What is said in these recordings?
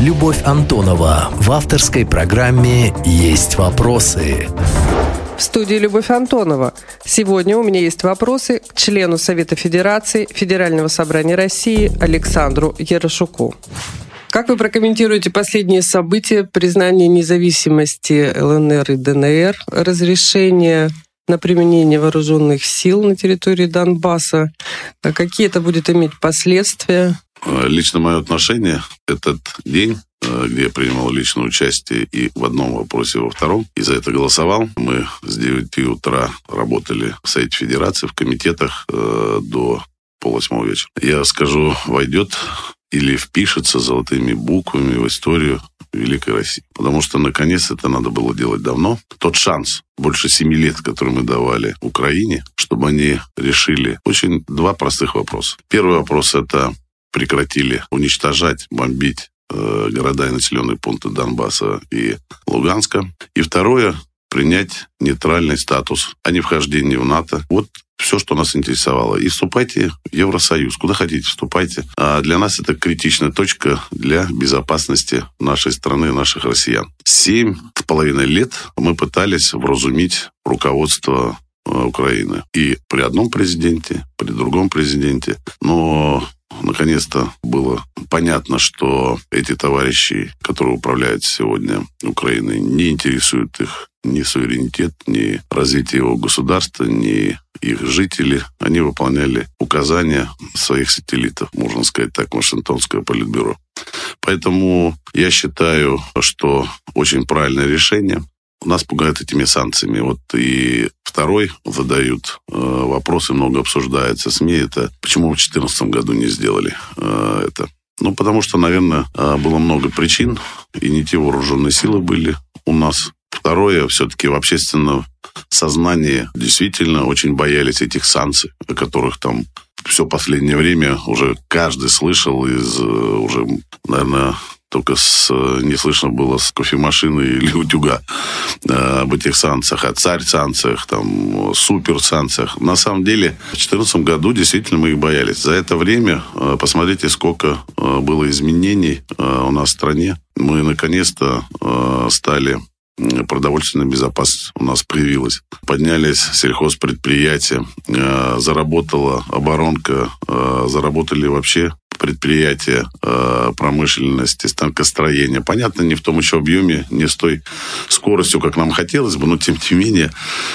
Любовь Антонова в авторской программе «Есть вопросы». В студии Любовь Антонова. Сегодня у меня есть вопросы к члену Совета Федерации Федерального собрания России Александру Ярошуку. Как вы прокомментируете последние события признания независимости ЛНР и ДНР, разрешение на применение вооруженных сил на территории Донбасса? Какие это будет иметь последствия? Лично мое отношение, этот день, где я принимал личное участие и в одном вопросе, и во втором, и за это голосовал. Мы с 9 утра работали в Совете Федерации, в комитетах до 7:30 вечера. Я скажу, войдет или впишется золотыми буквами в историю Великой России. Потому что, наконец, это надо было делать давно. Тот шанс, больше 7 лет, который мы давали Украине, чтобы они решили очень два простых вопроса. Первый вопрос – это прекратили уничтожать, бомбить города и населенные пункты Донбасса и Луганска. И второе – принять нейтральный статус, а не вхождение в НАТО. Вот все, что нас интересовало. И вступайте в Евросоюз. Куда хотите, вступайте. А для нас это критичная точка для безопасности нашей страны, наших россиян. 7,5 лет мы пытались вразумить руководство Украины. И при одном президенте, при другом президенте. Но наконец-то было понятно, что эти товарищи, которые управляют сегодня Украиной, не интересуют их ни суверенитет, ни развитие его государства, ни их жители. Они выполняли указания своих сателлитов, можно сказать так, Вашингтонского политбюро. Поэтому я считаю, что очень правильное решение. Нас пугают этими санкциями. Вот и второй задают вопросы, много обсуждается СМИ. Это почему в 2014 году не сделали это? Ну, потому что, наверное, было много причин, и не те вооруженные силы были у нас. Второе, все-таки в общественном сознании действительно очень боялись этих санкций, о которых там все последнее время уже каждый слышал из уже, наверное, только не слышно было с кофемашины или утюга об этих санкциях, о царь-санкциях, там, супер-санкциях. На самом деле, в 2014 году действительно мы их боялись. За это время, посмотрите, сколько было изменений у нас в стране. Мы, наконец-то, стали... Продовольственная безопасность у нас появилась. Поднялись сельхозпредприятия, заработала оборонка, заработали вообще предприятия промышленности, станкостроения. Понятно, не в том еще объеме, не с той скоростью, как нам хотелось бы, но тем не менее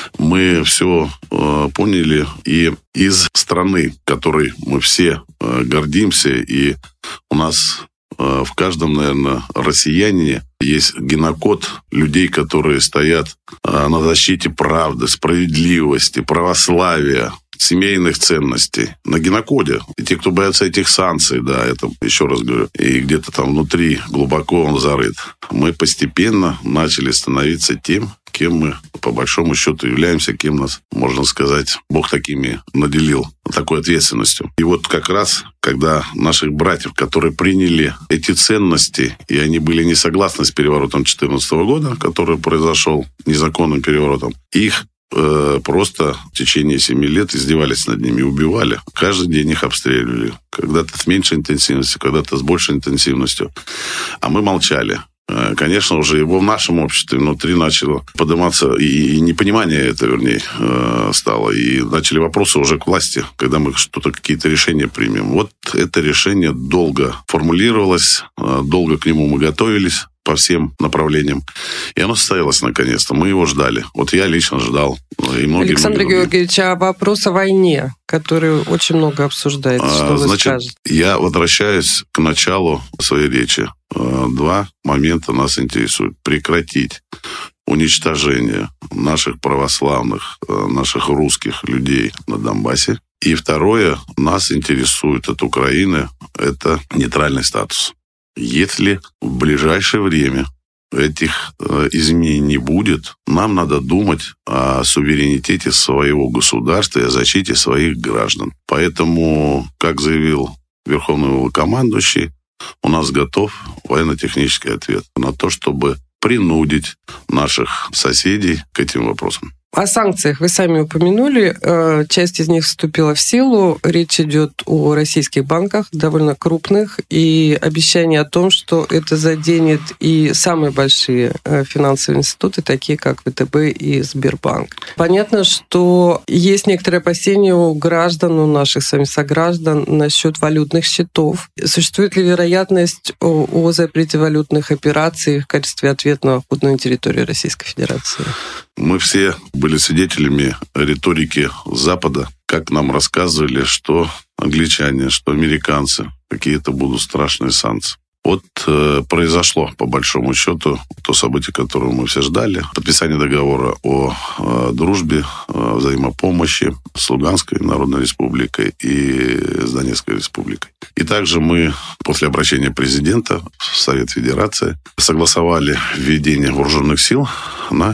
мы все поняли. И из страны, которой мы все гордимся, и у нас в каждом, наверное, россиянине есть генокод людей, которые стоят на защите правды, справедливости, православия, семейных ценностей. На генокоде. И те, кто боятся этих санкций, да, это, еще раз говорю, и где-то там внутри глубоко он зарыт. Мы постепенно начали становиться тем, кем мы, по большому счету, являемся, кем нас, можно сказать, Бог такими наделил, такой ответственностью. И вот как раз, когда наших братьев, которые приняли эти ценности, и они были не согласны с переворотом 2014 года, который произошел, незаконным переворотом, их просто в течение 7 лет издевались над ними, убивали. Каждый день их обстреливали. Когда-то с меньшей интенсивностью, когда-то с большей интенсивностью. А мы молчали. Конечно, уже его в нашем обществе внутри начало подниматься, и непонимание это, вернее, стало. И начали вопросы уже к власти, когда мы что-то, какие-то решения примем. Вот это решение долго формулировалось, долго к нему мы готовились по всем направлениям. И оно состоялось наконец-то. Мы его ждали. Вот я лично ждал. И Александр Георгиевич, а вопрос о войне, который очень много обсуждается, что вы скажете? Я возвращаюсь к началу своей речи. 2 момента нас интересуют. Прекратить уничтожение наших православных, наших русских людей на Донбассе. И второе, нас интересует от Украины, это нейтральный статус. Если в ближайшее время этих изменений не будет, нам надо думать о суверенитете своего государства и о защите своих граждан. Поэтому, как заявил Верховный Главнокомандующий, у нас готов военно-технический ответ на то, чтобы принудить наших соседей к этим вопросам. О санкциях вы сами упомянули. Часть из них вступила в силу. Речь идет о российских банках, довольно крупных, и обещание о том, что это заденет и самые большие финансовые институты, такие как ВТБ и Сбербанк. Понятно, что есть некоторые опасения у граждан, у наших с вами сограждан насчет валютных счетов. Существует ли вероятность о запрете валютных операций в качестве ответного хода на территории Российской Федерации? Мы все были свидетелями риторики Запада, как нам рассказывали, что англичане, что американцы, какие-то будут страшные санкции. Вот произошло, по большому счету, то событие, которое мы все ждали. Подписание договора о дружбе, взаимопомощи с Луганской Народной Республикой и с Донецкой Республикой. И также мы, после обращения президента в Совет Федерации, согласовали введение вооруженных сил за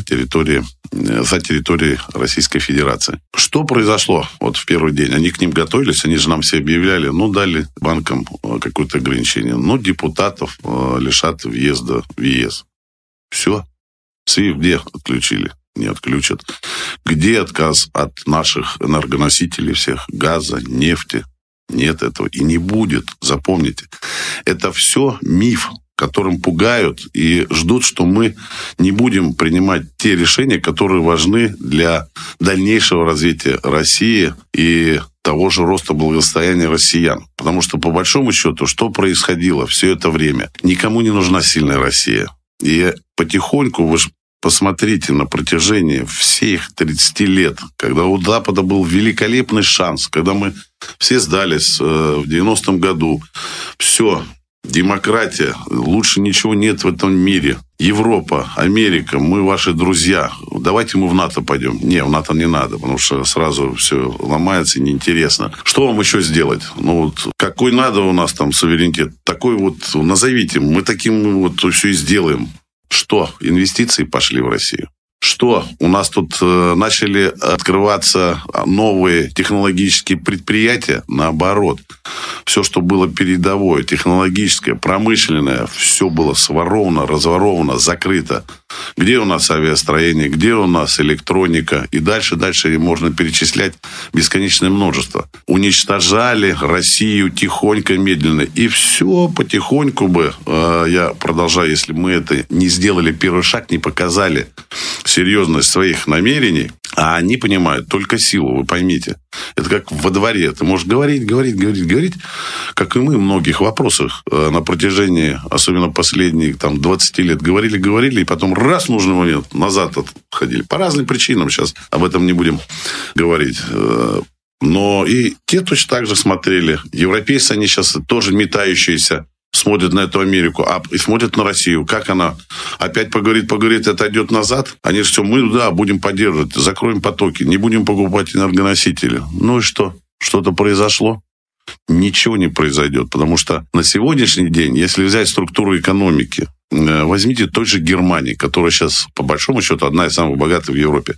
территорией Российской Федерации. Что произошло вот в первый день? Они к ним готовились, они же нам все объявляли, дали банкам какое-то ограничение. Депутатов лишат въезда в ЕС. Все. СВИФТ где отключили? Не отключат. Где отказ от наших энергоносителей всех? Газа, нефти? Нет этого. И не будет. Запомните. Это все миф, которым пугают и ждут, что мы не будем принимать те решения, которые важны для дальнейшего развития России и того же роста благосостояния россиян. Потому что, по большому счету, что происходило все это время? Никому не нужна сильная Россия. И потихоньку, вы же посмотрите, на протяжении всех 30 лет, когда у Запада был великолепный шанс, когда мы все сдались в 90-м году, все, демократия, лучше ничего нет в этом мире. Европа, Америка, мы ваши друзья. Давайте мы в НАТО пойдем. Не, в НАТО не надо, потому что сразу все ломается и неинтересно. Что вам еще сделать? Какой надо у нас там суверенитет? Такой назовите. Мы таким все и сделаем. Что? Инвестиции пошли в Россию. Что? У нас тут начали открываться новые технологические предприятия. Наоборот. Все, что было передовое, технологическое, промышленное, все было своровано, разворовано, закрыто. Где у нас авиастроение, где у нас электроника? И дальше можно перечислять бесконечное множество. Уничтожали Россию тихонько, медленно. И все потихоньку бы, я продолжаю, если мы это не сделали первый шаг, не показали серьезность своих намерений, а они понимают только силу, вы поймите. Это как во дворе. Ты можешь говорить, как и мы в многих вопросах на протяжении, особенно последних 20 лет, говорили, и потом раз в нужный момент назад отходили. По разным причинам, сейчас об этом не будем говорить. Но и те точно так же смотрели. Европейцы, они сейчас тоже метающиеся, смотрят на эту Америку, и смотрят на Россию. Как она опять поговорит, это идет назад. Они же все, мы, будем поддерживать, закроем потоки, не будем покупать энергоносители. Ну и что? Что-то произошло? Ничего не произойдет, потому что на сегодняшний день, если взять структуру экономики, возьмите той же Германии, которая сейчас, по большому счету, одна из самых богатых в Европе.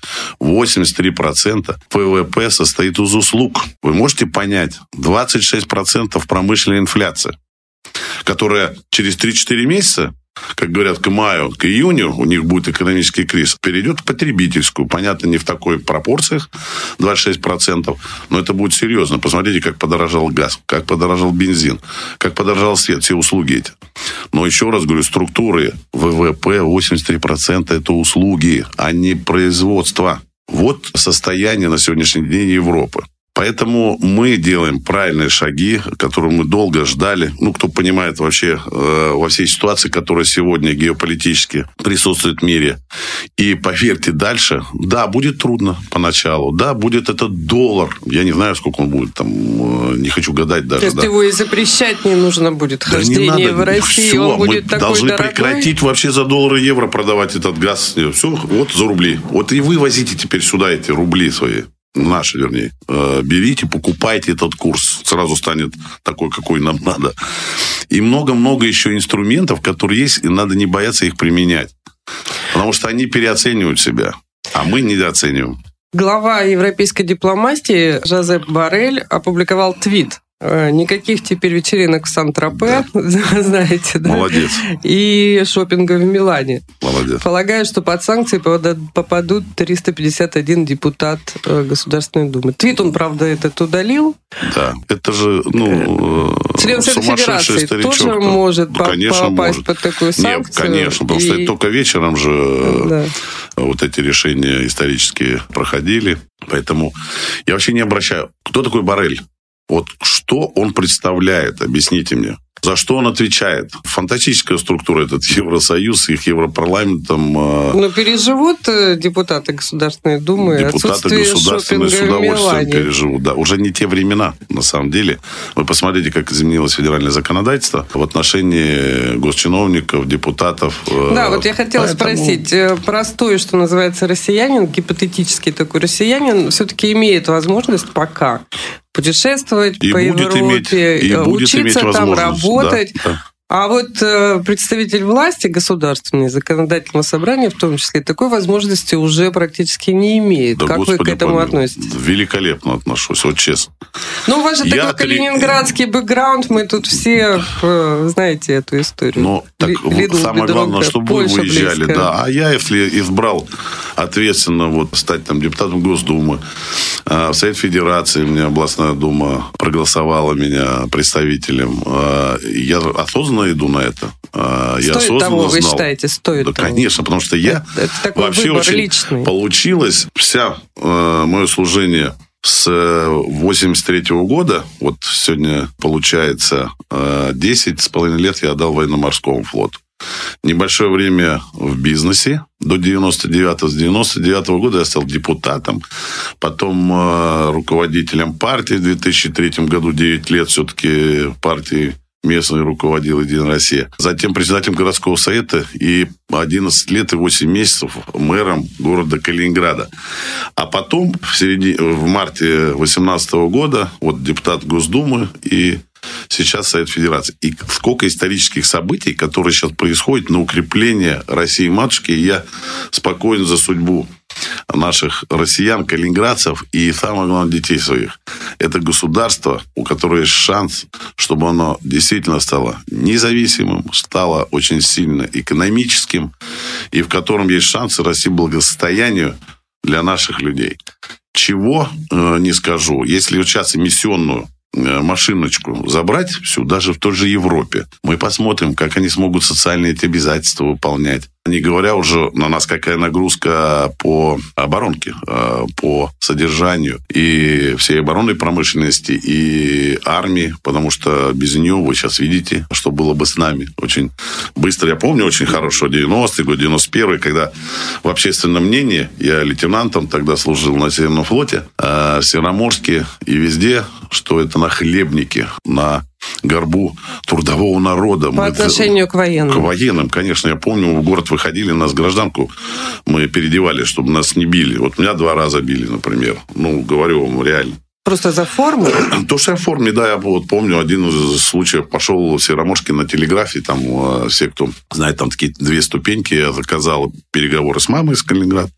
83% ВВП состоит из услуг. Вы можете понять, 26% промышленная инфляция, которая через 3-4 месяца, как говорят, к маю, к июню у них будет экономический кризис, перейдет в потребительскую. Понятно, не в такой пропорциях, 26%, но это будет серьезно. Посмотрите, как подорожал газ, как подорожал бензин, как подорожал свет, все услуги эти. Но еще раз говорю, структуры ВВП 83% это услуги, а не производство. Вот состояние на сегодняшний день Европы. Поэтому мы делаем правильные шаги, которые мы долго ждали. Кто понимает вообще во всей ситуации, которая сегодня геополитически присутствует в мире. И поверьте, дальше, будет трудно поначалу. Будет этот доллар. Я не знаю, сколько он будет. Не хочу гадать даже. То есть его и запрещать не нужно будет. Хождение в России, все, он будет такой дорогой. Мы должны дорогой. прекратить вообще за доллары и евро продавать этот газ. Все, за рубли. И вы возите теперь сюда эти рубли свои. Наши, вернее. Берите, покупайте этот курс. Сразу станет такой, какой нам надо. И много-много еще инструментов, которые есть, и надо не бояться их применять. Потому что они переоценивают себя, а мы недооцениваем. Глава европейской дипломатии Жозеп Боррель опубликовал твит Никаких теперь вечеринок в Сан-Тропе, знаете, да? Молодец. И шопинга в Милане. Молодец. Полагаю, что под санкции попадут 351 депутат Государственной Думы. Твит он, правда, этот удалил. Да, это же, член Совета Федерации тоже может попасть под такую санкцию. Нет, конечно, потому что это только вечером же вот эти решения исторические проходили. Поэтому я вообще не обращаю... Кто такой Боррель? Вот что он представляет? Объясните мне. За что он отвечает? Фантастическая структура этот Евросоюз с их Европарламентом. Но переживут депутаты Государственной Думы. Депутаты Государственной с удовольствием переживут. Да, уже не те времена, на самом деле. Вы посмотрите, как изменилось федеральное законодательство в отношении госчиновников, депутатов. Да, вот я хотела спросить. Простой, что называется, россиянин, гипотетический такой россиянин, все-таки имеет возможность пока путешествовать по Европе, учиться там, работать. Да. А вот представитель власти государственной, законодательного собрания в том числе, такой возможности уже практически не имеет. Да, как Господи, вы к этому относитесь? Великолепно отношусь, вот честно. Ну, у вас же такой калининградский бэкграунд, мы тут все знаете эту историю. Ну, так самое главное, чтобы вы выезжали. Да. А я, если избрал ответственно вот, стать там депутатом Госдумы, в Совет Федерации, мне областная дума проголосовала меня представителем, я осознанно иду на это. Стоит того, вы считаете, стоит того? Конечно, потому что я вообще очень личный. Получилось вся мое служение с 83-го года, вот сегодня получается 10,5 лет я отдал военно-морскому флоту. Небольшое время в бизнесе до 99-го. С 99-го года я стал депутатом, потом руководителем партии в 2003 году, 9 лет все-таки в партии местный руководил «Единая Россия». Затем председателем городского совета и 11 лет и 8 месяцев мэром города Калининграда. А потом в марте 2018 года вот депутат Госдумы и сейчас Совет Федерации. И сколько исторических событий, которые сейчас происходят на укрепление России-матушки. И я спокоен за судьбу наших россиян, калининградцев и, самое главное, детей своих. Это государство, у которого есть шанс, чтобы оно действительно стало независимым, стало очень сильно экономическим, и в котором есть шансы расти благосостоянию для наших людей. Чего не скажу. Если сейчас эмиссионную машиночку забрать всю, даже в той же Европе, мы посмотрим, как они смогут социальные эти обязательства выполнять. Не говоря уже на нас какая нагрузка по оборонке, по содержанию и всей оборонной промышленности, и армии, потому что без нее вы сейчас видите, что было бы с нами. Очень быстро, я помню очень хорошо 90-й год, 91-й, когда в общественном мнении, я лейтенантом тогда служил на Северном флоте, в Североморске и везде, что это нахлебники, на горбу трудового народа. По отношению к военным. К военным, конечно. Я помню, мы в город выходили, нас гражданку мы переодевали, чтобы нас не били. Вот меня 2 раза били, например. Ну, говорю вам, реально. Просто за форму? То, что я в форме, да, я вот помню один из случаев, пошел в Североморске на телеграфе, там все, кто знает, там такие 2 ступеньки, я заказал переговоры с мамой из Калининграда,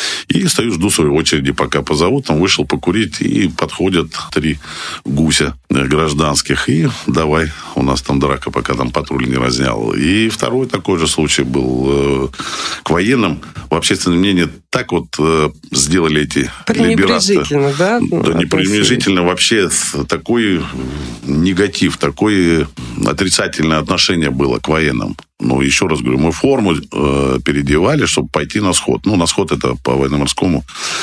и стою, жду своей очереди, пока позовут, там вышел покурить, и подходят 3 гуся гражданских, и давай, у нас там драка, пока там патруль не разнял. И второй такой же случай был к военным. В общественном мнении так вот сделали эти либераты. Да? Да, не пренебрежительно, вообще такой негатив, такое отрицательное отношение было к военным. Ну, еще раз говорю, мы форму переодевали, чтобы пойти на сход. Ну, на сход это по военно-морскому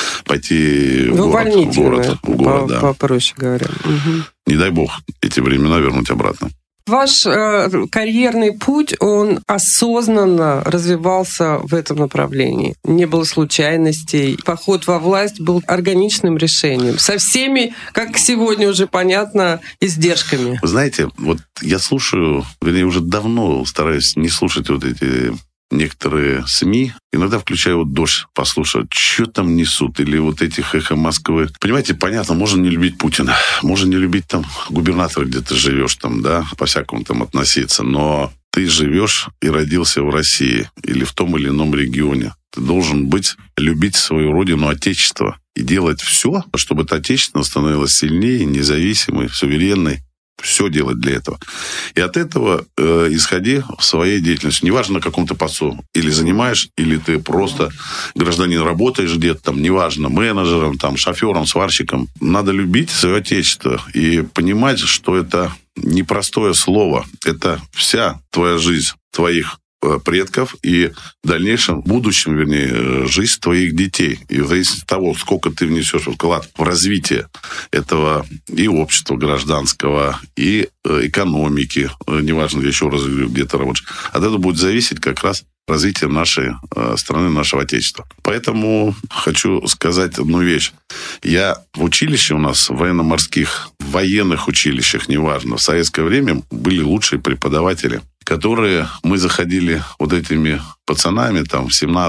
пойти в город, да. Попроще говоря. Угу. Не дай бог эти времена вернуть обратно. Ваш карьерный путь, он осознанно развивался в этом направлении. Не было случайностей. Поход во власть был органичным решением. Со всеми, как сегодня уже понятно, издержками. Вы знаете, вот я слушаю, вернее, уже давно стараюсь не слушать вот эти некоторые СМИ. Иногда включаю вот «Дождь» послушать, что там несут, или вот этих «Эхо Москвы». Понимаете, понятно, можно не любить Путина, можно не любить там губернатора, где ты живешь, там, да, по-всякому там относиться, но ты живешь и родился в России или в том или ином регионе. Ты должен любить свою родину, отечество, и делать все, чтобы это отечество становилось сильнее, независимой, суверенной. Все делать для этого. И от этого исходи в своей деятельности. Неважно, на каком ты посту или занимаешь, или ты просто гражданин, работаешь где-то, там, неважно, менеджером, там, шофером, сварщиком. Надо любить свое отечество и понимать, что это непростое слово. Это вся твоя жизнь, твоих предков и в дальнейшем, в будущем, вернее, жизнь твоих детей. И в зависимости от того, сколько ты внесешь вклад в развитие этого и общества гражданского, и экономики, неважно, еще раз говорю, где ты работаешь, от этого будет зависеть как раз развитие нашей страны, нашего Отечества. Поэтому хочу сказать одну вещь. Я в училище у нас, в военно-морских, в военных училищах, неважно, в советское время были лучшие преподаватели, которые мы заходили вот этими пацанами там в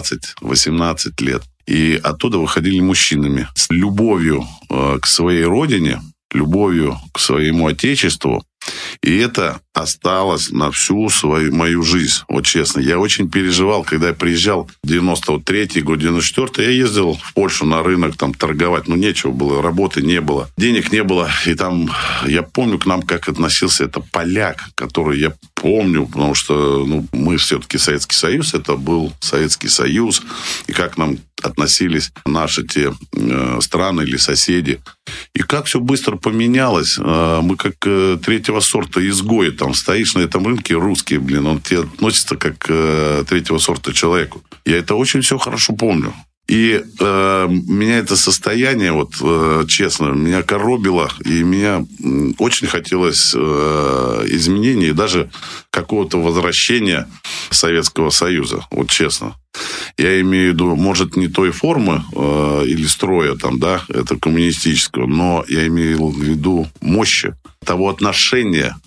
17-18 лет. И оттуда выходили мужчинами с любовью к своей родине, любовью к своему Отечеству. И это осталось на всю мою жизнь, вот честно. Я очень переживал, когда я приезжал в 93-й год, 94-й, я ездил в Польшу на рынок там торговать, ну нечего было, работы не было, денег не было. И там, я помню к нам, как относился это поляк, который я помню, потому что мы все-таки Советский Союз, это был Советский Союз, и как нам относились наши те страны или соседи. И как все быстро поменялось. Мы как третьего сорта изгои. Там стоишь на этом рынке, русский, он к тебе относится как к третьего сорта человеку. Я это очень все хорошо помню. И меня это состояние, вот честно, меня коробило, и меня очень хотелось изменений, даже какого-то возвращения Советского Союза, вот честно. Я имею в виду, может, не той формы или строя, там, да, это коммунистического, но я имею в виду мощи того отношения.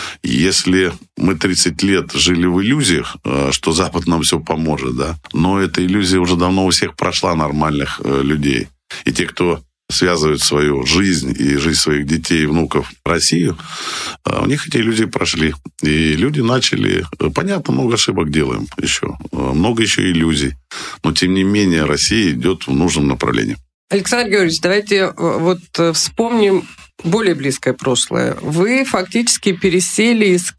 Если мы 30 лет жили в иллюзиях, что Запад нам все поможет, да, но эта иллюзия уже давно у всех прошла, нормальных людей. И те, кто связывают свою жизнь и жизнь своих детей и внуков в Россию, у них эти иллюзии прошли. И люди начали... Понятно, много ошибок делаем еще. Много еще иллюзий. Но, тем не менее, Россия идет в нужном направлении. Александр Георгиевич, давайте вот вспомним более близкое прошлое. Вы фактически пересели из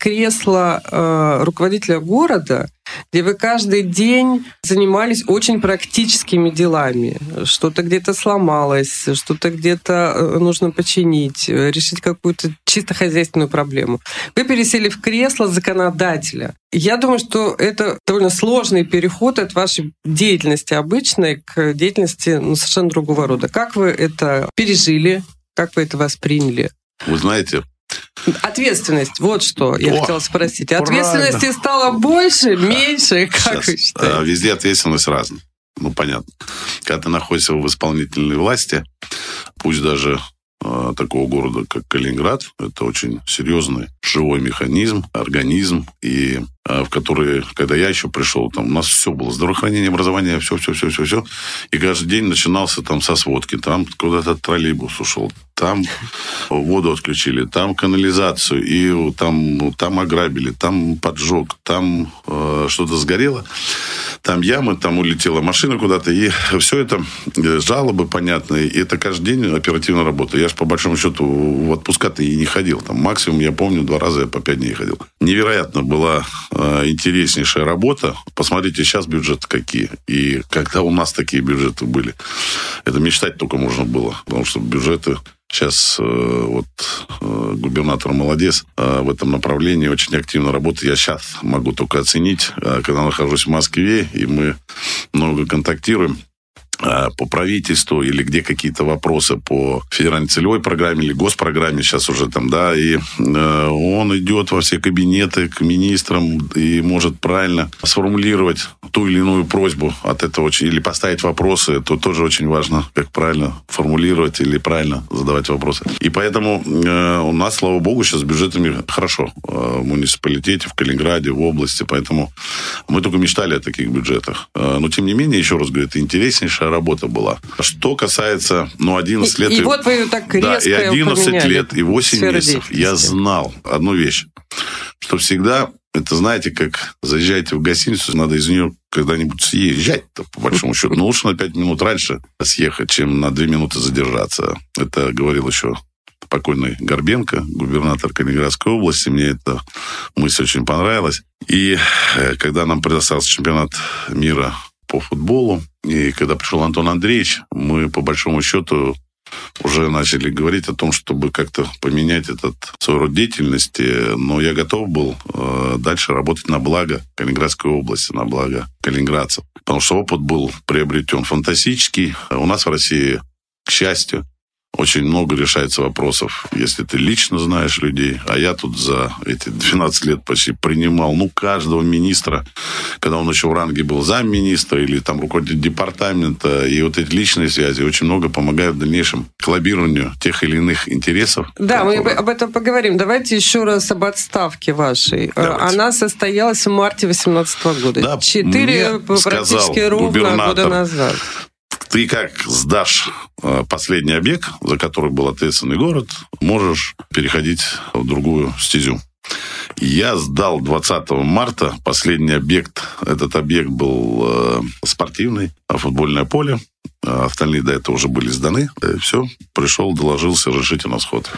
кресла руководителя города, где вы каждый день занимались очень практическими делами. Что-то где-то сломалось, что-то где-то нужно починить, решить какую-то чисто хозяйственную проблему. Вы пересели в кресло законодателя. Я думаю, что это довольно сложный переход от вашей деятельности обычной к деятельности совершенно другого рода. Как вы это пережили? Как вы это восприняли? Вы знаете... Ответственность, вот что я хотела спросить. Ответственности правильно. Стало больше, меньше? Как вы считаете? Везде ответственность разная. Ну, понятно. Когда ты находишься в исполнительной власти, пусть даже такого города, как Калининград, это очень серьезный живой механизм, организм, и в который, когда я еще пришел, там у нас все было, здравоохранение, образование, все. И каждый день начинался там со сводки, там куда-то троллейбус ушел, там воду отключили, там канализацию, и там ограбили, там поджог, там что-то сгорело, там ямы, там улетела машина куда-то, и все это жалобы понятные, и это каждый день оперативная работа. Я же по большому счету в отпуска-то и не ходил. Там максимум, я помню, 2 раза я по 5 дней ходил. Невероятно была интереснейшая работа. Посмотрите, сейчас бюджеты какие. И когда у нас такие бюджеты были, это мечтать только можно было. Потому что бюджеты сейчас губернатор молодец в этом направлении, очень активно работает. Я сейчас могу только оценить, когда нахожусь в Москве, и мы много контактируем по правительству, или где какие-то вопросы по федеральной целевой программе или госпрограмме сейчас уже там, да, и он идет во все кабинеты к министрам и может правильно сформулировать ту или иную просьбу от этого, или поставить вопросы, то тоже очень важно, как правильно формулировать или правильно задавать вопросы. И поэтому у нас, слава богу, сейчас с бюджетами хорошо в муниципалитете, в Калининграде, в области, поэтому мы только мечтали о таких бюджетах. Но, тем не менее, еще раз говорю, это интереснейшая работа была. Что касается, 11 лет... И вот вы так резко и 11 поменяли лет, и 8 месяцев я знал одну вещь, что всегда, это знаете, как заезжаете в гостиницу, надо из нее когда-нибудь съезжать-то, по большому счету. Лучше на 5 минут раньше съехать, чем на 2 минуты задержаться. Это говорил еще покойный Горбенко, губернатор Калининградской области. Мне эта мысль очень понравилась. И когда нам предоставился чемпионат мира по футболу, и когда пришел Антон Андреевич, мы, по большому счету, уже начали говорить о том, чтобы как-то поменять этот свой род деятельности, но я готов был дальше работать на благо Калининградской области, на благо калининградцев. Потому что опыт был приобретен фантастический. У нас в России, к счастью, очень много решается вопросов, если ты лично знаешь людей. А я тут за эти 12 лет почти принимал, каждого министра, когда он еще в ранге был замминистра или там руководитель департамента. И вот эти личные связи очень много помогают в дальнейшем к лоббированию тех или иных интересов. Да, мы об этом поговорим. Давайте еще раз об отставке вашей. Давайте. Она состоялась в марте 2018 года. Да, 4 практически ровно года назад. Ты как сдашь последний объект, за который был ответственный город, можешь переходить в другую стезю. Я сдал 20 марта последний объект. Этот объект был спортивный, футбольное поле. Остальные до этого уже были сданы. Все, пришел, доложился, разрешите на сход.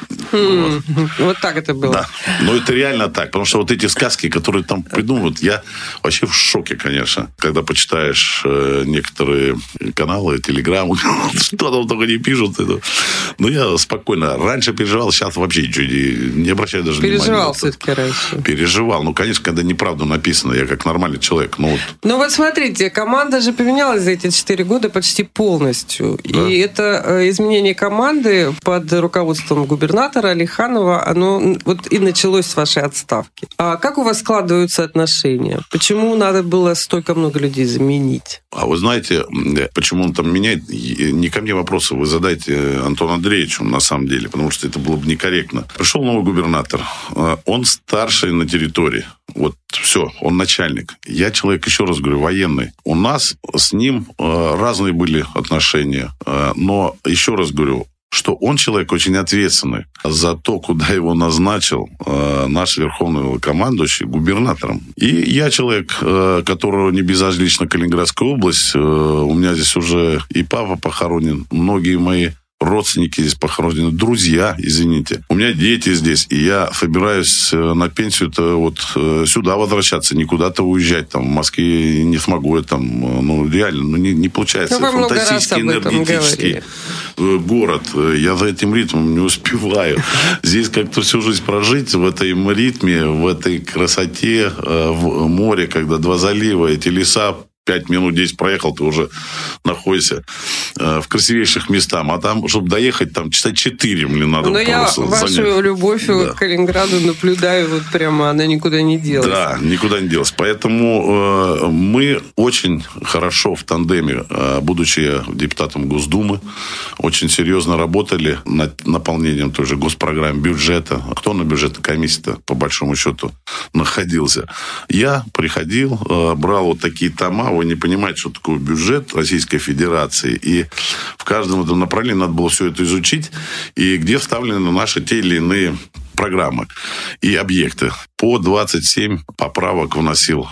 Вот так это было. Да. Но это реально так. Потому что вот эти сказки, которые там придумывают, я вообще в шоке, конечно. Когда почитаешь некоторые каналы, телеграммы, что там только не пишут. Но я спокойно. Раньше переживал, сейчас вообще ничего не обращаю даже внимания. Переживал все-таки раньше. Переживал. Конечно, когда неправда написано, я как нормальный человек. Ну вот смотрите, команда же поменялась за эти 4 года почти полностью. Да. И это изменение команды под руководством губернатора Алиханова, оно вот и началось с вашей отставки. А как у вас складываются отношения? Почему надо было столько много людей заменить? А вы знаете, почему он там меняет? Не ко мне вопросы вы задайте Антону Андреевичу, на самом деле, потому что это было бы некорректно. Пришел новый губернатор. Он старший на территории. Вот все, он начальник. Я человек, еще раз говорю, военный. У нас с ним разные были отношения. Но, еще раз говорю, что он человек очень ответственный за то, куда его назначил наш верховный командующий губернатором. И я человек, которого не безразлична Калининградская область. У меня здесь уже и папа похоронен, многие мои родственники здесь похоронены, друзья, извините. У меня дети здесь, и я собираюсь на пенсию-то вот сюда возвращаться, не куда-то уезжать, там, в Москве не смогу, я там, реально, не получается. Фантастический, энергетический город. Я за этим ритмом не успеваю. Здесь как-то всю жизнь прожить в этом ритме, в этой красоте, в море, когда 2 залива, эти леса, 5 минут здесь проехал, ты уже находишься в красивейших местах. А там, чтобы доехать, там часа 4 мне надо. Но я вашу любовь к Калининграду наблюдаю, вот прямо она никуда не делась. Да, никуда не делась. Поэтому мы очень хорошо в тандеме, будучи депутатом Госдумы, очень серьезно работали над наполнением той же госпрограммы бюджета. Кто на бюджетной комиссии-то, по большому счету, находился? Я приходил, брал вот такие тома. Вы не понимаете, что такое бюджет Российской Федерации. И в каждом этом направлении надо было все это изучить. И где вставлены наши те или иные программы и объекты. По 27 поправок вносил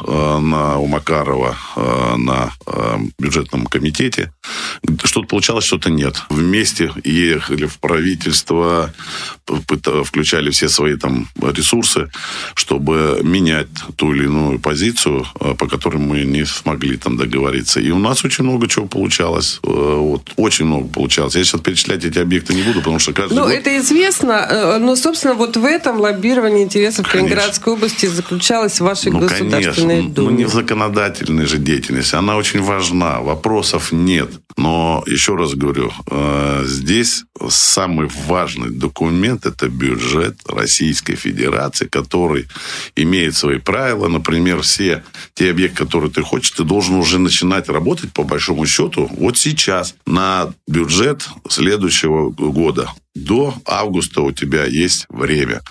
у Макарова на бюджетном комитете. Что-то получалось, что-то нет. Вместе ехали в правительство, включали все свои там ресурсы, чтобы менять ту или иную позицию, по которой мы не смогли там договориться. И у нас очень много чего получалось. Вот, очень много получалось. Я сейчас перечислять эти объекты не буду, потому что каждый год... это известно, но, собственно, вот в этом лоббировании интересов Калининградской области заключалась ваша Государственная Дума. Не в законодательной же деятельности. Она очень важна. Вопросов нет. Но, еще раз говорю, здесь самый важный документ – это бюджет Российской Федерации, который имеет свои правила. Например, все те объекты, которые ты хочешь, ты должен уже начинать работать, по большому счету, вот сейчас на бюджет следующего года. До августа у тебя есть время.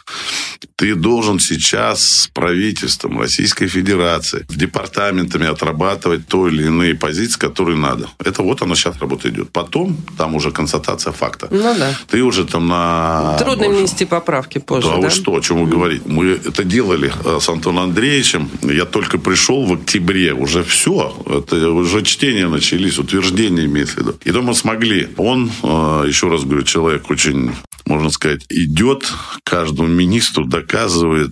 Ты должен сейчас с правительством Российской Федерации, с департаментами отрабатывать то или иные позиции, которые надо. Это вот у нас сейчас работа идет. Потом там уже констатация факта. Ну да. Ты уже там на... Трудно внести поправки позже, да? Вы что, о чем вы говорите? Мы это делали с Антоном Андреевичем. Я только пришел в октябре. Уже все. Это уже чтения начались, утверждения имеется в виду. И то мы смогли. Он, еще раз говорю, человек очень, можно сказать, идет каждому министру, доказывает.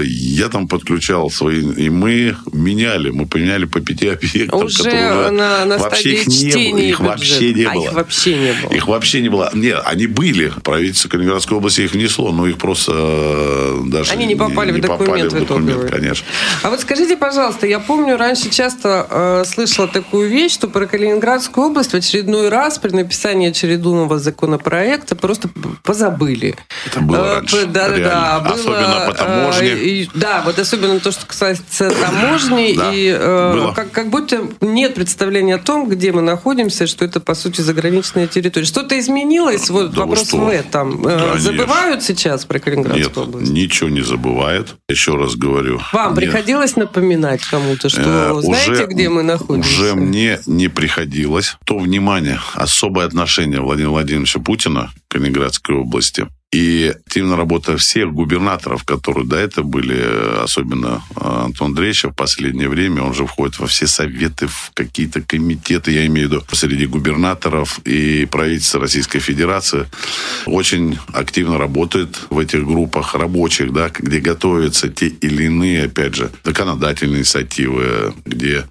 Я там подключал свои... И мы поменяли по 5 объектам. Уже на стадии чтения их вообще не было. Их вообще не было. Их вообще не было. Нет, они были. Правительство Калининградской области их внесло, но их просто даже они не попали в документ, конечно. А вот скажите, пожалуйста, я помню, раньше часто слышала такую вещь, что про Калининградскую область в очередной раз при написании очередного законопроекта просто позабыли. Это было раньше. Да. Особенно по таможне. Да, вот особенно то, что касается таможни. Да, и как будто нет представления о том, где мы находимся, что это, по сути, заграничная территория. Что-то изменилось? Вот да вопрос в этом. Забывают сейчас про Калининградскую область? Нет, ничего не забывают. Еще раз говорю. Вам приходилось напоминать кому-то, что знаете, где мы находимся? Уже мне не приходилось. То внимание, особое отношение Владимира Владимировича Путина к Калининградской области и активная работа всех губернаторов, которые до этого были, особенно Антон Андреевич, в последнее время, он же входит во все советы, в какие-то комитеты, я имею в виду, среди губернаторов и правительства Российской Федерации, очень активно работает в этих группах рабочих, да, где готовятся те или иные, опять же, законодательные инициативы, где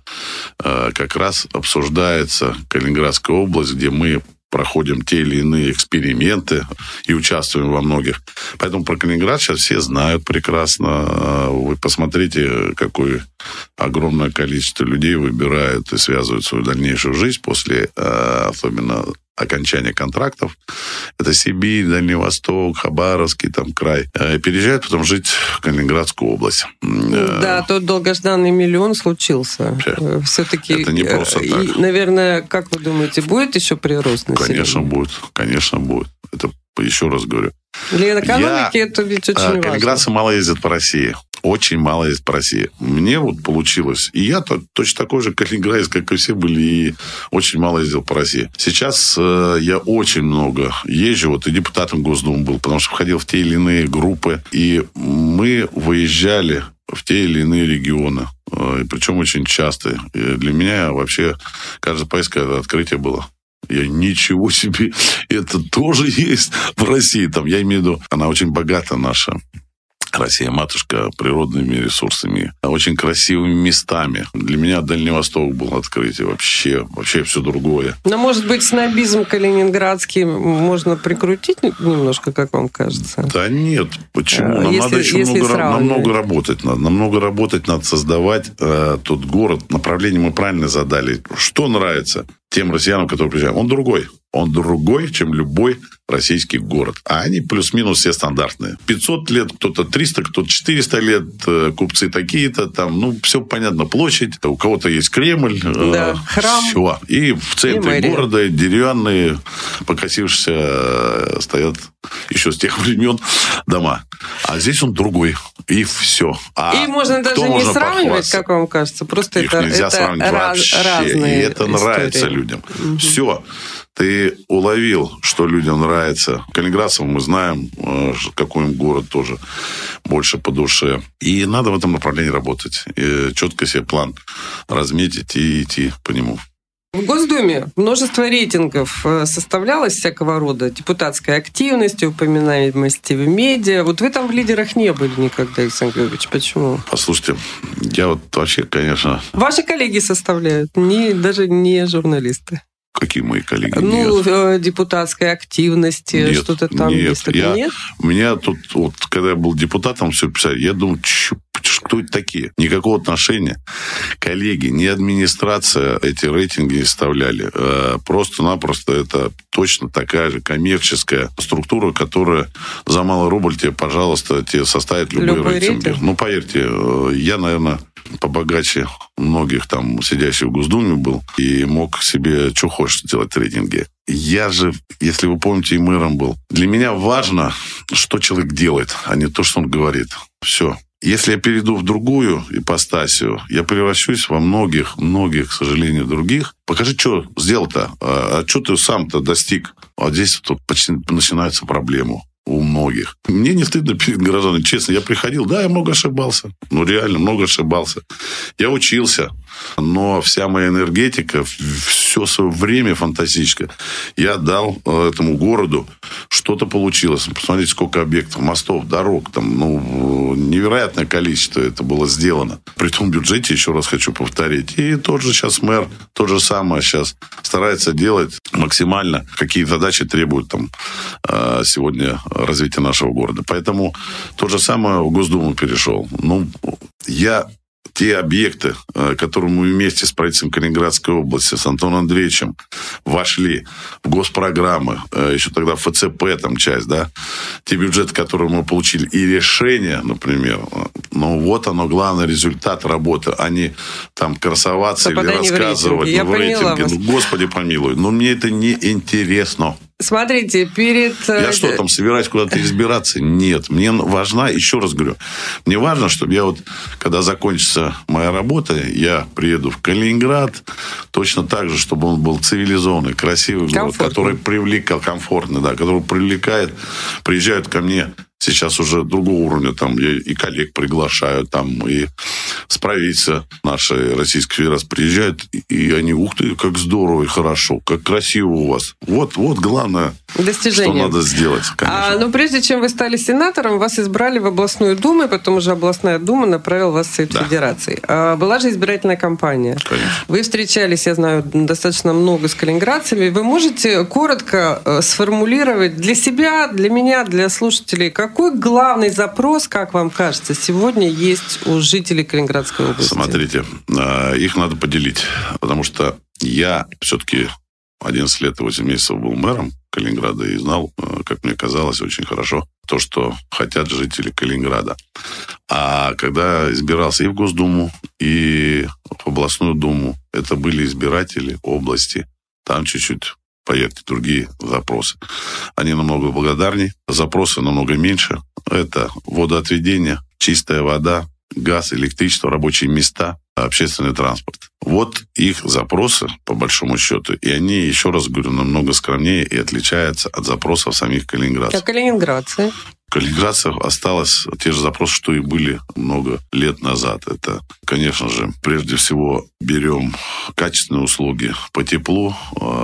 как раз обсуждается Калининградская область, где мы проходим те или иные эксперименты и участвуем во многих. Поэтому про Калининград сейчас все знают прекрасно. Вы посмотрите, какое огромное количество людей выбирают и связывают свою дальнейшую жизнь после, особенно окончания контрактов. Это Сибирь, Дальний Восток, Хабаровский там край. Переезжают потом жить в Калининградскую область. Да, тот долгожданный миллион случился. Все-таки... Это не просто так. И, наверное, как вы думаете, будет еще прирост населения? Конечно, будет. Это, еще раз говорю. Для экономики это ведь очень важно. Калининградцы мало ездят по России. Очень мало ездят по России. Мне вот получилось. И я точно такой же калининградец, как и все были, и очень мало ездил по России. Сейчас я очень много езжу. Вот и депутатом Госдумы был, потому что входил в те или иные группы. И мы выезжали в те или иные регионы. И причем очень часто. И для меня вообще каждая поездка это открытие было. Я ничего себе, это тоже есть в России. Там, я имею в виду, она очень богата, наша Россия-матушка, природными ресурсами, очень красивыми местами. Для меня Дальний Восток был открытие. Вообще все другое. Но, может быть, снобизм калининградский можно прикрутить немножко, как вам кажется? Да нет. Почему? Нам надо еще намного работать. Намного работать надо создавать тот город. Направление мы правильно задали. Что нравится тем россиянам, которые приезжают? Он другой. Он другой, чем любой российский город. А они плюс-минус все стандартные. 500 лет, кто-то 300, кто-то 400 лет, купцы такие-то, там, все понятно, площадь, у кого-то есть Кремль, да, храм. Все. И в центре города деревянные, покосившиеся, стоят еще с тех времен дома. А здесь он другой. И все. И можно даже не сравнивать, как вам кажется. Просто их нельзя сравнивать вообще. Разные и это истории. Нравится людям. Угу. Все. Ты уловил, что людям нравится. Калининградцам мы знаем, какой им город тоже больше по душе. И надо в этом направлении работать. И четко себе план разметить и идти по нему. В Госдуме множество рейтингов составлялось всякого рода. Депутатской активности, упоминаемости в медиа. Вот вы там в лидерах не были никогда, Александр Георгиевич. Почему? Послушайте, я вот вообще, конечно... Ваши коллеги составляют, даже не журналисты. Какие мои коллеги? Депутатской активности, нет, что-то там есть. Нет? У меня тут, вот, когда я был депутатом, все писали, я думал, кто это такие? Никакого отношения. Коллеги, не администрация эти рейтинги не составляли. Просто-напросто это точно такая же коммерческая структура, которая за малый рубль тебе, пожалуйста, тебе составит любой рейтинг. Ну, поверьте, я, наверное, побогаче многих там сидящих в Госдуме был и мог себе что хочешь делать рейтинги. Я же, если вы помните, и мэром был. Для меня важно, что человек делает, а не то, что он говорит. Все. Если я перейду в другую ипостасию, я превращусь во многих, к сожалению, других. Покажи, что сделал-то, а что ты сам-то достиг. А здесь тут почти начинаются проблемы у многих. Мне не стыдно перед гражданами, честно. Я приходил, да, я много ошибался. Реально много ошибался. Я учился, но вся моя энергетика, все свое время фантастическое я дал этому городу. Что-то получилось. Посмотрите, сколько объектов, мостов, дорог. Там, невероятное количество это было сделано. При том бюджете, еще раз хочу повторить. И тот же сейчас мэр, то же самое сейчас старается делать максимально. Какие задачи требуют там сегодня развития нашего города. Поэтому то же самое в Госдуму перешел. Те объекты, которые мы вместе с правительством Калининградской области, с Антоном Андреевичем вошли в госпрограммы, еще тогда в ФЦП там часть, да, те бюджеты, которые мы получили, и решения, например, вот оно, главный результат работы, а не там красоваться или рассказывать в рейтинге. Господи помилуй, мне это не интересно. Смотрите, Я что, там собираюсь куда-то избираться? Нет. Мне важна, еще раз говорю, мне важно, чтобы я когда закончится моя работа, я приеду в Калининград, точно так же, чтобы он был цивилизованный, красивый город, который комфортный, да, который привлекает, приезжают ко мне сейчас уже другого уровня, там я и коллег приглашаю, там и с правительства нашей Российской Федерации приезжают, и они, ух ты, как здорово и хорошо, как красиво у вас. Вот главное, достижение, что надо сделать, конечно. Но прежде чем вы стали сенатором, вас избрали в областную думу, и потом уже областная дума направила вас в Совет Федерации. Была же избирательная кампания. Конечно. Вы встречались, я знаю, достаточно много с калининградцами. Вы можете коротко сформулировать для себя, для меня, для слушателей, какой главный запрос, как вам кажется, сегодня есть у жителей Калининградской области? Смотрите, их надо поделить, потому что я все-таки 11 лет и 8 месяцев был мэром Калининграда и знал, как мне казалось, очень хорошо то, что хотят жители Калининграда. А когда избирался и в Госдуму, и в областную думу, это были избиратели области, там чуть-чуть, поверьте, другие запросы. Они намного благодарнее, запросы намного меньше. Это водоотведение, чистая вода, газ, электричество, рабочие места, общественный транспорт. Вот их запросы, по большому счету. И они, еще раз говорю, намного скромнее и отличаются от запросов самих калининградцев. А калининградцы? Калининградцев осталось те же запросы, что и были много лет назад. Это, конечно же, прежде всего берем качественные услуги по теплу,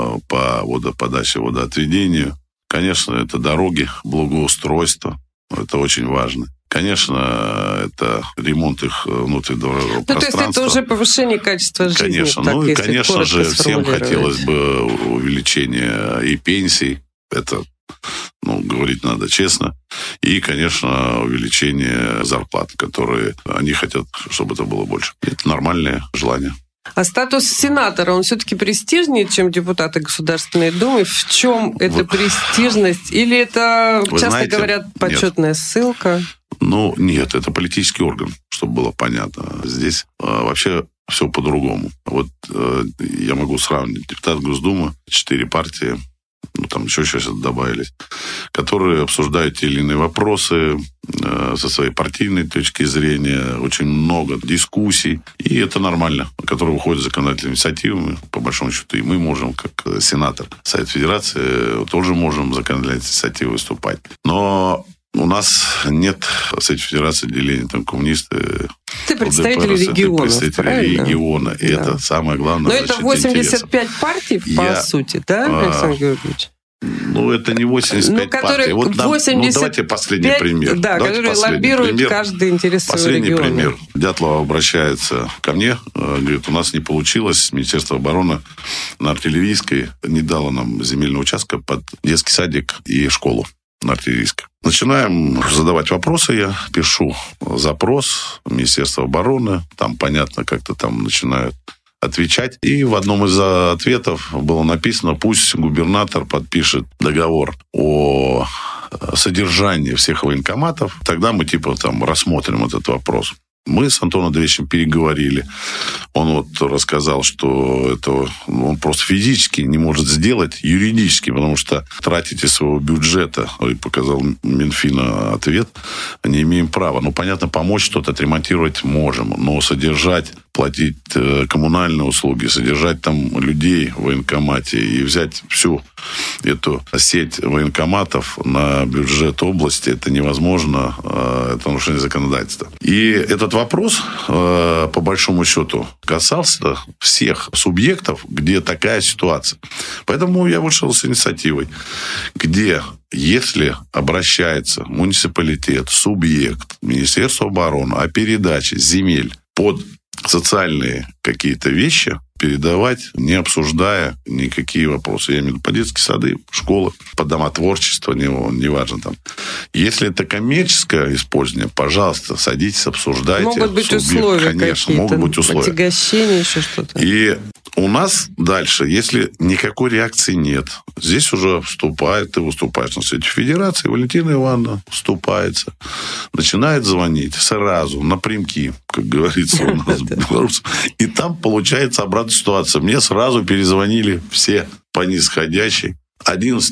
по водоподаче, водоотведению. Конечно, это дороги, благоустройство. Это очень важно. Конечно, это ремонт их внутреннего пространства. То есть это уже повышение качества жизни. Конечно. Так, и, конечно же, всем хотелось бы увеличения и пенсий. Это, говорить надо честно. И, конечно, увеличение зарплат, которые они хотят, чтобы это было больше. Это нормальное желание. А статус сенатора, он все-таки престижнее, чем депутаты Государственной Думы? В чем эта престижность? Или это, часто говорят, почетная ссылка? Нет, это политический орган, чтобы было понятно. Здесь вообще все по-другому. Вот я могу сравнить. Депутат Госдумы, 4 партии, там еще сейчас добавились, которые обсуждают те или иные вопросы со своей партийной точки зрения, очень много дискуссий, и это нормально, которые выходят законодательными инициативами, по большому счету, и мы можем, как сенатор Совет Федерации, тоже можем законодательной инициативой выступать. Но у нас нет в Совете Федерации деления, там коммунисты... Ты представитель региона, представитель региона, и это самое главное. Но это 85 партий, по сути, да, Александр Георгиевич? Это не 85 партий. Вот давайте последний пример. Да, которые лоббируют каждый интерес своего региона. Последний пример. Дятлова обращается ко мне, говорит, у нас не получилось, Министерство обороны на Артиллерийской не дало нам земельного участка под детский садик и школу на Артиллерийской. Начинаем задавать вопросы, я пишу запрос в Министерство обороны, там, понятно, как-то там начинают отвечать. И в одном из ответов было написано, пусть губернатор подпишет договор о содержании всех военкоматов, тогда мы рассмотрим этот вопрос. Мы с Антоном Андреевичем переговорили. Он вот рассказал, что это он просто физически не может сделать, юридически, потому что тратите своего бюджета, и показал Минфина ответ, не имеем права. Ну, понятно, помочь что-то отремонтировать можем, но содержать, платить коммунальные услуги, содержать там людей в военкомате и взять всю эту сеть военкоматов на бюджет области, это невозможно, это нарушение законодательства. И этот вопрос, по большому счету, касался всех субъектов, где такая ситуация. Поэтому я вышел с инициативой, где, если обращается муниципалитет, субъект, Министерство обороны о передаче земель под социальные какие-то вещи, передавать, не обсуждая никакие вопросы. Я имею в виду по детские сады, школы, по дома творчества, неважно там. Если это коммерческое использование, пожалуйста, садитесь, обсуждайте. Могут быть условия. Конечно, могут быть условия. Отягощения, еще что-то. И у нас дальше, если никакой реакции нет, здесь уже вступает, ты выступаешь на Совете Федерации, Валентина Ивановна вступается, начинает звонить сразу, напрямки, как говорится у нас белорусов, и там получается обратная ситуация. Мне сразу перезвонили все по нисходящей. 11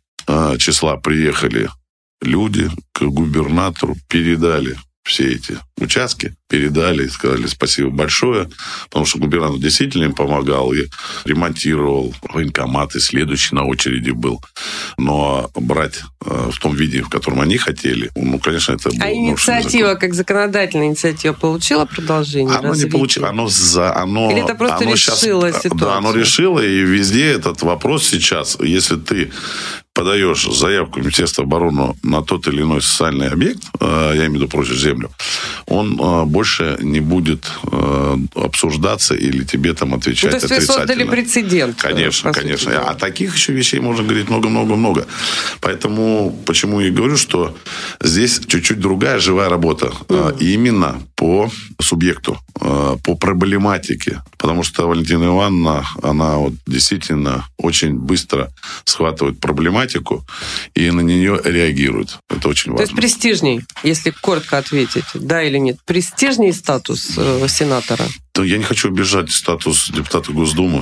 числа приехали люди к губернатору, передали все эти участки, передали, сказали спасибо большое, потому что губернатор действительно им помогал и ремонтировал военкоматы, следующий на очереди был. Но брать в том виде, в котором они хотели, ну, конечно, это было... А инициатива, как законодательная инициатива, получила продолжение? Оно не получило. Или это просто решило ситуацию? Да, оно решило, и везде этот вопрос сейчас, если ты подаешь заявку в Министерство обороны на тот или иной социальный объект, я имею в виду прочую землю, он больше не будет обсуждаться или тебе там отвечать отрицательно. То есть вы создали прецедент. Конечно, конечно. А таких еще вещей можно говорить много-много-много. Поэтому почему я говорю, что здесь чуть-чуть другая живая работа. Именно по субъекту, по проблематике. Потому что Валентина Ивановна, она вот действительно очень быстро схватывает проблематику и на нее реагирует. Это очень важно. То есть престижней, если коротко ответить, да или нет? Престижней статус сенатора? Да, я не хочу обижать статус депутата Госдумы.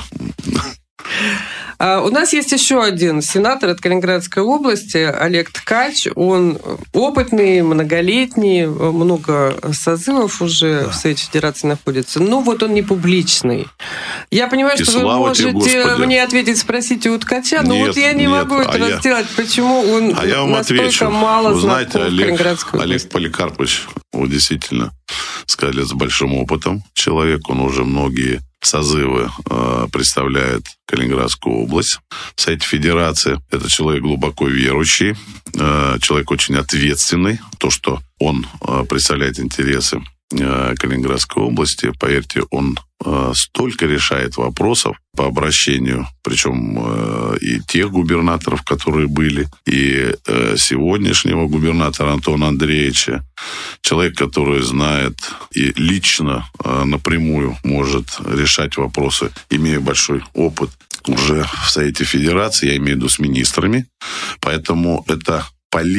У нас есть еще один сенатор от Калининградской области, Олег Ткач. Он опытный, многолетний, много созывов уже в Совете Федерации находится. Но вот он не публичный. Я понимаю, что вы можете мне ответить, спросите у Ткача, но вот я не могу этого сделать. Почему он настолько мало знаком в Калининградской области? Олег Поликарпович, вот действительно, сказали, с большим опытом человек. Он уже многие созывы представляет Калининградскую область в Совете Федерации. Это человек глубоко верующий, человек очень ответственный. То, что он представляет интересы Калининградской области, поверьте, он столько решает вопросов по обращению, причем и тех губернаторов, которые были, и сегодняшнего губернатора Антона Андреевича. Человек, который знает и лично напрямую может решать вопросы, имея большой опыт уже в Совете Федерации, я имею в виду с министрами. Поэтому это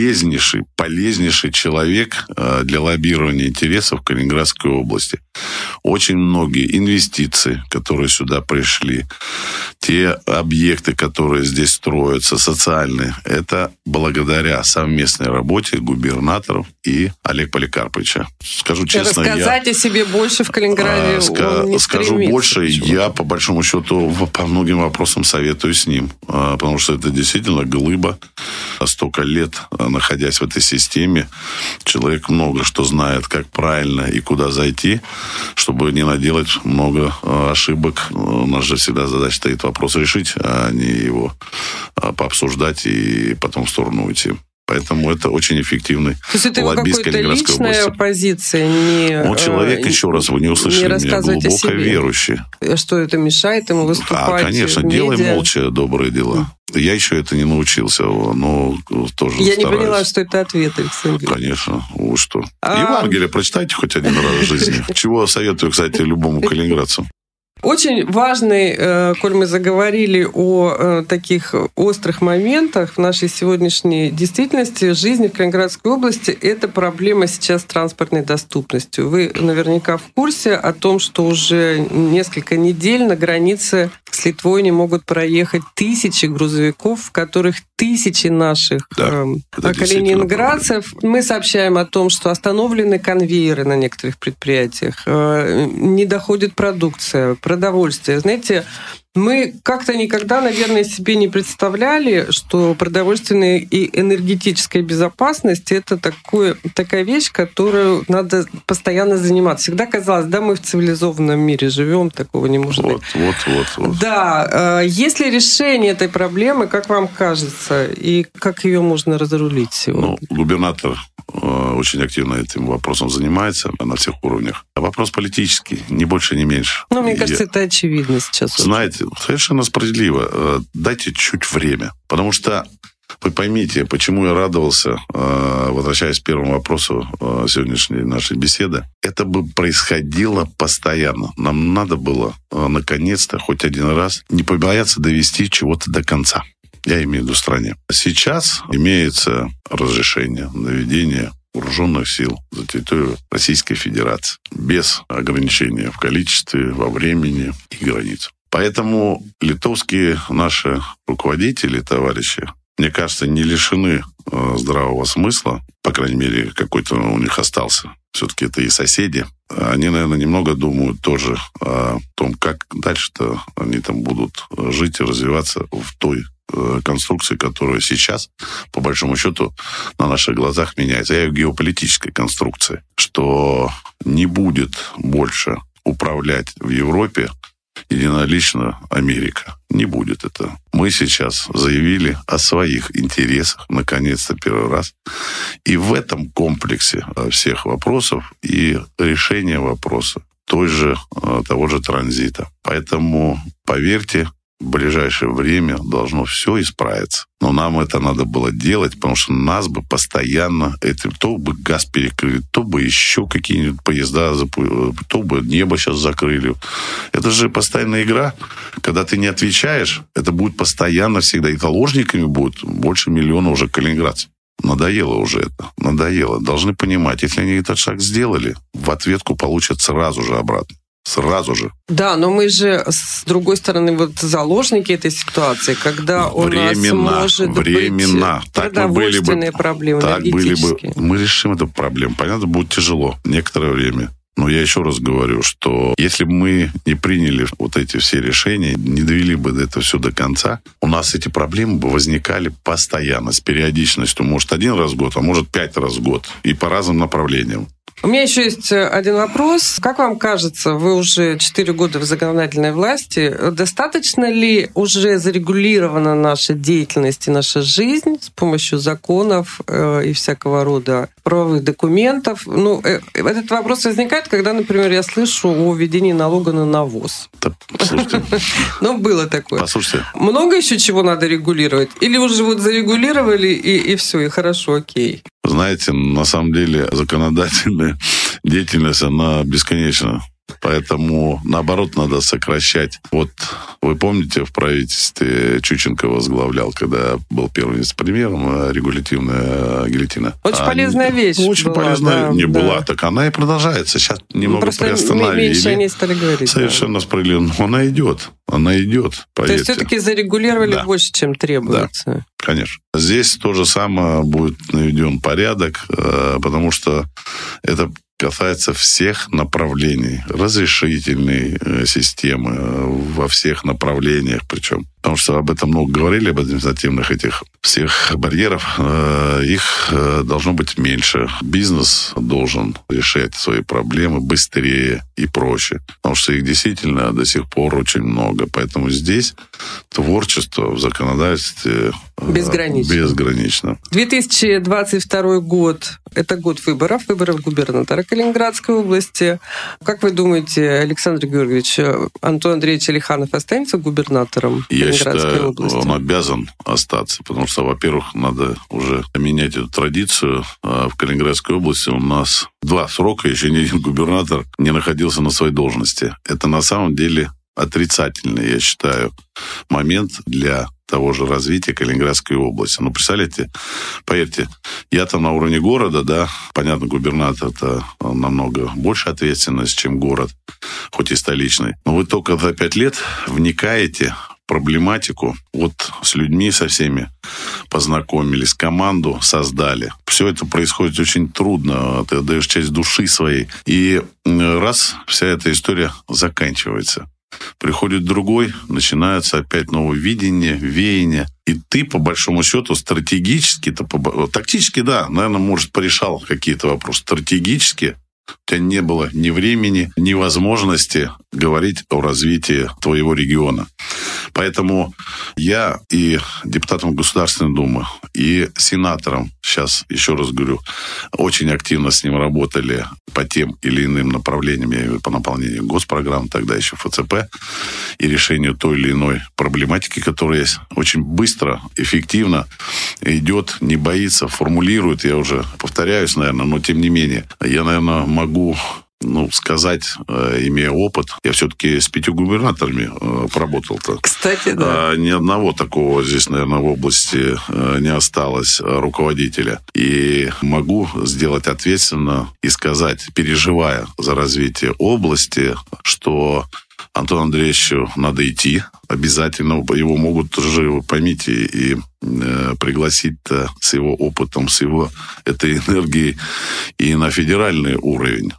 полезнейший человек для лоббирования интересов Калининградской области. Очень многие инвестиции, которые сюда пришли, те объекты, которые здесь строятся, социальные, это благодаря совместной работе губернаторов и Олега Поликарповича. Скажу честно, рассказать о себе больше в Калининграде он не скажу стремится, больше, почему? Я по большому счету по многим вопросам советую с ним, потому что это действительно глыба. Столько лет находясь в этой системе, человек много что знает, как правильно и куда зайти, чтобы не наделать много ошибок. У нас же всегда задача стоит вопрос решить, а не его пообсуждать и потом в сторону уйти. Поэтому это очень эффективный лоббист Калининградской области. То есть это его какая-то личная позиция? Он человек, еще раз, вы не услышали меня, глубоко верующий. Что это мешает ему выступать? Конечно, делай молча добрые дела. Я еще это не научился, но тоже Я стараюсь. Не поняла, что это ответ, Александр. Конечно, вы что. Евангелие прочитайте хоть один раз в жизни. Чего советую, кстати, любому калининградцу. Очень важный, коль мы заговорили о таких острых моментах в нашей сегодняшней действительности, жизни в Калининградской области, это проблема сейчас с транспортной доступностью. Вы наверняка в курсе о том, что уже несколько недель на границе с Литвой не могут проехать тысячи грузовиков, в которых тысячи наших калининградцев. Мы сообщаем о том, что остановлены конвейеры на некоторых предприятиях, не доходит продукция, продовольствие. Знаете, мы как-то никогда, наверное, себе не представляли, что продовольственная и энергетическая безопасность – это такая вещь, которую надо постоянно заниматься. Всегда казалось, да, мы в цивилизованном мире живем, такого не может быть. Вот. Да. Есть ли решение этой проблемы, как вам кажется, и как ее можно разрулить сегодня? Губернатор очень активно этим вопросом занимается на всех уровнях. А вопрос политический, ни больше, ни меньше. Мне кажется, это очевидно сейчас. Знаете, совершенно справедливо. Дайте чуть время. Потому что вы поймите, почему я радовался, возвращаясь к первому вопросу сегодняшней нашей беседы. Это бы происходило постоянно. Нам надо было, наконец-то, хоть один раз не побояться довести чего-то до конца. Я имею в виду стране. Сейчас имеется разрешение на введение вооруженных сил за территорию Российской Федерации без ограничения в количестве, во времени и границ. Поэтому литовские наши руководители, товарищи, мне кажется, не лишены здравого смысла, по крайней мере, какой-то у них остался. Все-таки это и соседи. Они, наверное, немного думают тоже о том, как дальше-то они там будут жить и развиваться в той конструкции, которая сейчас, по большому счету, на наших глазах меняется. Я в геополитической конструкции, что не будет больше управлять в Европе единолично Америка. Не будет это. Мы сейчас заявили о своих интересах, наконец-то, первый раз. И в этом комплексе всех вопросов и решения вопроса того же транзита. Поэтому, поверьте, в ближайшее время должно все исправиться. Но нам это надо было делать, потому что нас бы постоянно то бы газ перекрыли, то бы еще какие-нибудь поезда, то бы небо сейчас закрыли. Это же постоянная игра. Когда ты не отвечаешь, это будет постоянно всегда. И заложниками будет больше миллиона уже калининградцев. Надоело уже это. Надоело. Должны понимать, если они этот шаг сделали, в ответку получат сразу же обратно. Сразу же. Да, но мы же, с другой стороны, заложники этой ситуации, когда у нас может быть продовольственные проблемы, энергетические. Мы решим эту проблему. Понятно, будет тяжело некоторое время. Но я еще раз говорю, что если бы мы не приняли вот эти все решения, не довели бы это все до конца, у нас эти проблемы бы возникали постоянно, с периодичностью. Может, 1 раз в год, а может, 5 раз в год. И по разным направлениям. У меня еще есть один вопрос. Как вам кажется, вы уже 4 года в законодательной власти, достаточно ли уже зарегулирована наша деятельность и наша жизнь с помощью законов и всякого рода правовых документов? Этот вопрос возникает, когда, например, я слышу о введении налога на навоз. Послушайте. Было такое. Послушайте. Много еще чего надо регулировать? Или уже зарегулировали и все, и хорошо, окей? Знаете, на самом деле законодательная деятельность, она бесконечна. Поэтому, наоборот, надо сокращать. Вот вы помните, в правительстве Чученко возглавлял, когда был первым вице-премьером, регулятивная гильотина. Очень полезная вещь. Очень полезная была. Так она и продолжается. Сейчас немного приостановили. Меньше они стали говорить. Совершенно справедливо. Она идет. Поверьте. То есть все-таки зарегулировали больше, чем требуется. Да, конечно. Здесь то же самое будет наведен порядок, потому что это касается всех направлений, разрешительной системы во всех направлениях причем. Потому что об этом много говорили, об административных этих всех барьеров. Их должно быть меньше. Бизнес должен решать свои проблемы быстрее и проще. Потому что их действительно до сих пор очень много. Поэтому здесь творчество в законодательстве безгранично. 2022 год – это год выборов губернатора Калининградской области. Как вы думаете, Александр Георгиевич, Антон Андреевич Алиханов останется губернатором Калининградской области? Я считаю, он обязан остаться, потому что, во-первых, надо уже менять эту традицию. В Калининградской области у нас 2 срока, еще ни один губернатор не находился на своей должности. Это на самом деле отрицательный, я считаю, момент для того же развития Калининградской области. Ну, представляете, поверьте, я там на уровне города, да, понятно, губернатор — это намного больше ответственность, чем город, хоть и столичный. Но вы только за 5 лет вникаете в проблематику, вот с людьми со всеми познакомились, команду создали. Все это происходит очень трудно, ты отдаешь часть души своей. И раз вся эта история заканчивается. Приходит другой, начинается опять новое видение, веяние. И ты, по большому счету, стратегически, тактически, да, наверное, может, порешал какие-то вопросы. Стратегически у тебя не было ни времени, ни возможности говорить о развитии твоего региона. Поэтому я и депутатом Государственной Думы, и сенатором, сейчас еще раз говорю, очень активно с ним работали по тем или иным направлениям, я говорю, по наполнению госпрограмм, тогда еще ФЦП, и решению той или иной проблематики, которая есть, очень быстро, эффективно идет, не боится, формулирует. Я уже повторяюсь, наверное, но тем не менее, я, наверное, могу сказать, имея опыт, я все-таки с 5 губернаторами поработал-то. Кстати, да. Ни одного такого здесь, наверное, в области не осталось руководителя. И могу сделать ответственно и сказать, переживая за развитие области, что Антону Андреевичу надо идти. Обязательно его могут тоже, вы поймите, и пригласить-то с его опытом, с его этой энергией и на федеральный уровень.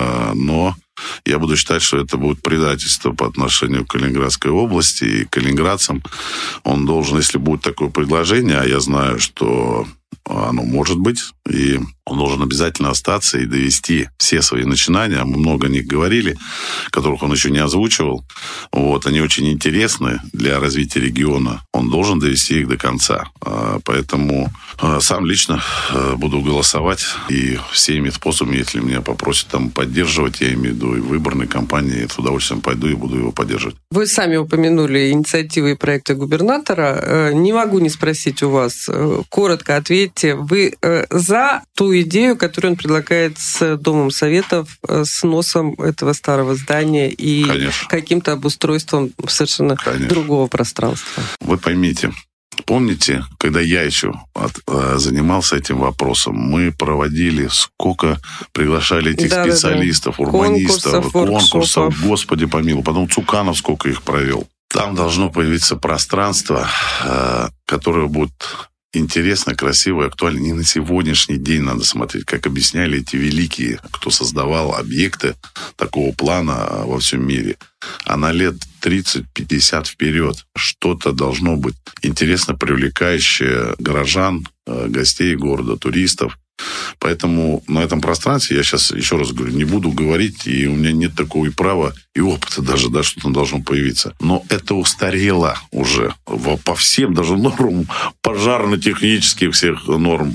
Но я буду считать, что это будет предательство по отношению к Калининградской области и калининградцам. Он должен, если будет такое предложение, а я знаю, что оно может быть, и он должен обязательно остаться и довести все свои начинания. Мы много о них говорили, которых он еще не озвучивал. Вот, они очень интересны для развития региона. Он должен довести их до конца. Поэтому сам лично буду голосовать и всеми способами, если меня попросят там поддерживать, я имею в виду и в выборной кампании, с удовольствием пойду и буду его поддерживать. Вы сами упомянули инициативы и проекты губернатора. Не могу не спросить у вас, коротко ответьте, вы за ту идею, которую он предлагает с Домом Советов, с сносом этого старого здания и каким-то обустройством совершенно другого пространства? Вы поймите, помните, когда я еще занимался этим вопросом, мы проводили, сколько приглашали этих специалистов, урбанистов, конкурсов, Господи помилуй, потом Цуканов сколько их провел. Там должно появиться пространство, которое будет интересно, красиво и актуально. Не на сегодняшний день надо смотреть, как объясняли эти великие, кто создавал объекты такого плана во всем мире. А на лет 30-50 вперед что-то должно быть интересно, привлекающее горожан, гостей города, туристов. Поэтому на этом пространстве, я сейчас еще раз говорю, не буду говорить, и у меня нет такого и права, и опыта даже, да, что там должно появиться. Но это устарело уже по всем даже нормам, пожарно-технических всех норм.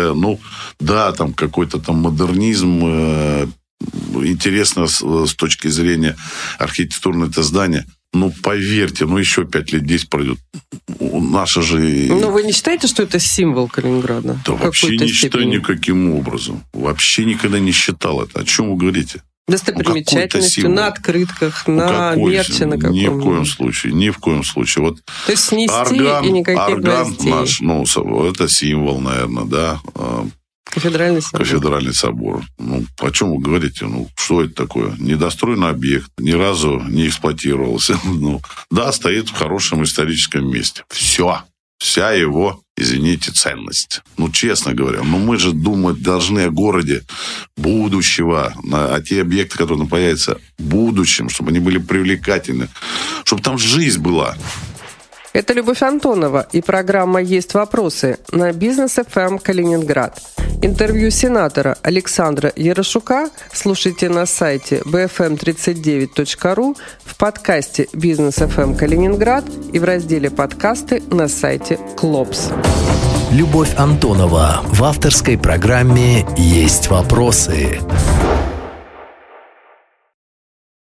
Да, там какой-то там модернизм, интересно с точки зрения архитектурного это здание. Поверьте, еще 5 лет, 10 пройдет. Наши же... Но вы не считаете, что это символ Калининграда? Да вообще не считаю никаким образом. Вообще никогда не считал это. О чем вы говорите? Достопримечательностью, на открытках, на мерче на каком-нибудь. Ни в коем случае. Вот то есть снести и никаких гвоздей. Наш, это символ, наверное, да. Кафедральный собор. О чем вы говорите? Что это такое? Недостроенный объект, ни разу не эксплуатировался. Да, стоит в хорошем историческом месте. Все. Вся его, извините, ценность. Честно говоря. Мы же думать должны о городе будущего, о те объекты, которые появятся в будущем, чтобы они были привлекательны, чтобы там жизнь была. Это Любовь Антонова и программа «Есть вопросы» на Бизнес ФМ Калининград. Интервью сенатора Александра Ярошука слушайте на сайте bfm39.ru, в подкасте «Бизнес ФМ Калининград» и в разделе «Подкасты» на сайте КЛОПС. Любовь Антонова в авторской программе «Есть вопросы».